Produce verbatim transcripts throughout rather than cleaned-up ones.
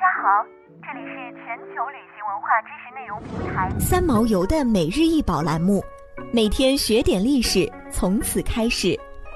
家好，这里是全球旅行文化知识内容平台三毛游的每日一宝栏目，每天学点历史，从此开始。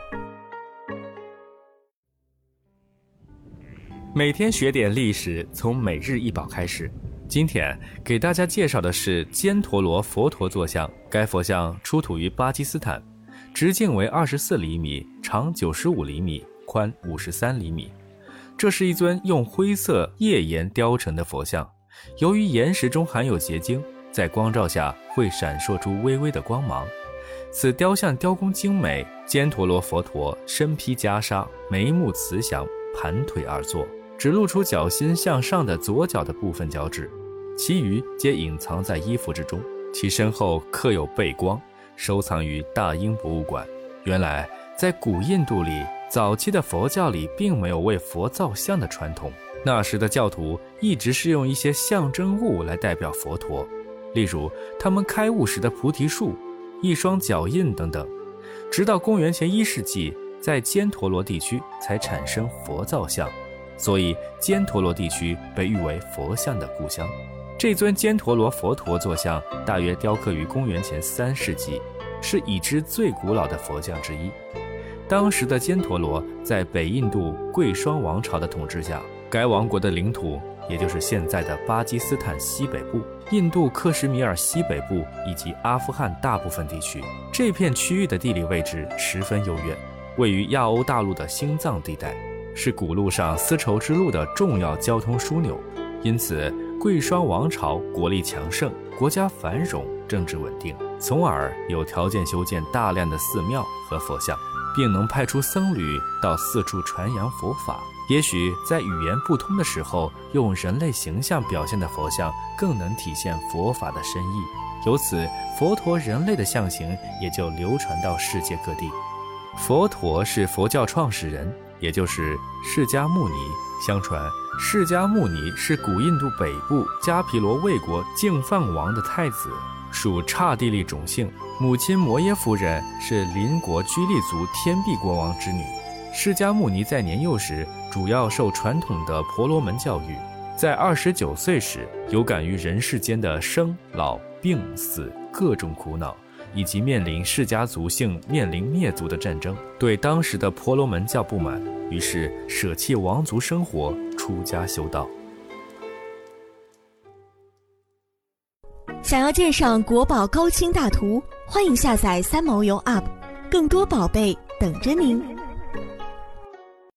每天学点历史，从每日一宝开始。今天给大家介绍的是犍陀罗佛陀坐像，该佛像出土于巴基斯坦，直径为二十四厘米，长九十五厘米，宽五十三厘米。这是一尊用灰色页岩雕成的佛像，由于岩石中含有结晶，在光照下会闪烁出微微的光芒。此雕像雕工精美，犍陀罗佛陀身披袈裟，眉目慈祥，盘腿而坐，只露出脚心向上的左脚的部分脚趾，其余皆隐藏在衣服之中。其身后刻有背光，收藏于大英博物馆。原来在古印度里，早期的佛教里并没有为佛造像的传统，那时的教徒一直是用一些象征物来代表佛陀，例如他们开悟时的菩提树、一双脚印等等。直到公元前一世纪，在犍陀罗地区才产生佛造像，所以犍陀罗地区被誉为佛像的故乡。这尊犍陀罗佛陀坐像大约雕刻于公元前三世纪，是已知最古老的佛像之一。当时的犍陀罗在北印度贵霜王朝的统治下，该王国的领土也就是现在的巴基斯坦西北部、印度克什米尔西北部以及阿富汗大部分地区。这片区域的地理位置十分悠远，位于亚欧大陆的心脏地带，是古路上丝绸之路的重要交通枢纽，因此贵霜王朝国力强盛，国家繁荣，政治稳定，从而有条件修建大量的寺庙和佛像，并能派出僧侣到四处传扬佛法。也许在语言不通的时候，用人类形象表现的佛像更能体现佛法的深意，由此佛陀人类的象形也就流传到世界各地。佛陀是佛教创始人，也就是释迦牟尼。相传释迦牟尼是古印度北部迦毗罗卫国净饭王的太子，属刹帝利种姓，母亲摩耶夫人是邻国居利族天臂国王之女。释迦牟尼在年幼时主要受传统的婆罗门教育，在二十九岁时有感于人世间的生老病死各种苦恼，以及面临释迦族姓面临灭族的战争，对当时的婆罗门教不满，于是舍弃王族生活，出家修道。 想要鉴赏国宝高清大图，欢迎下载三毛游 App， 更多宝贝等着您。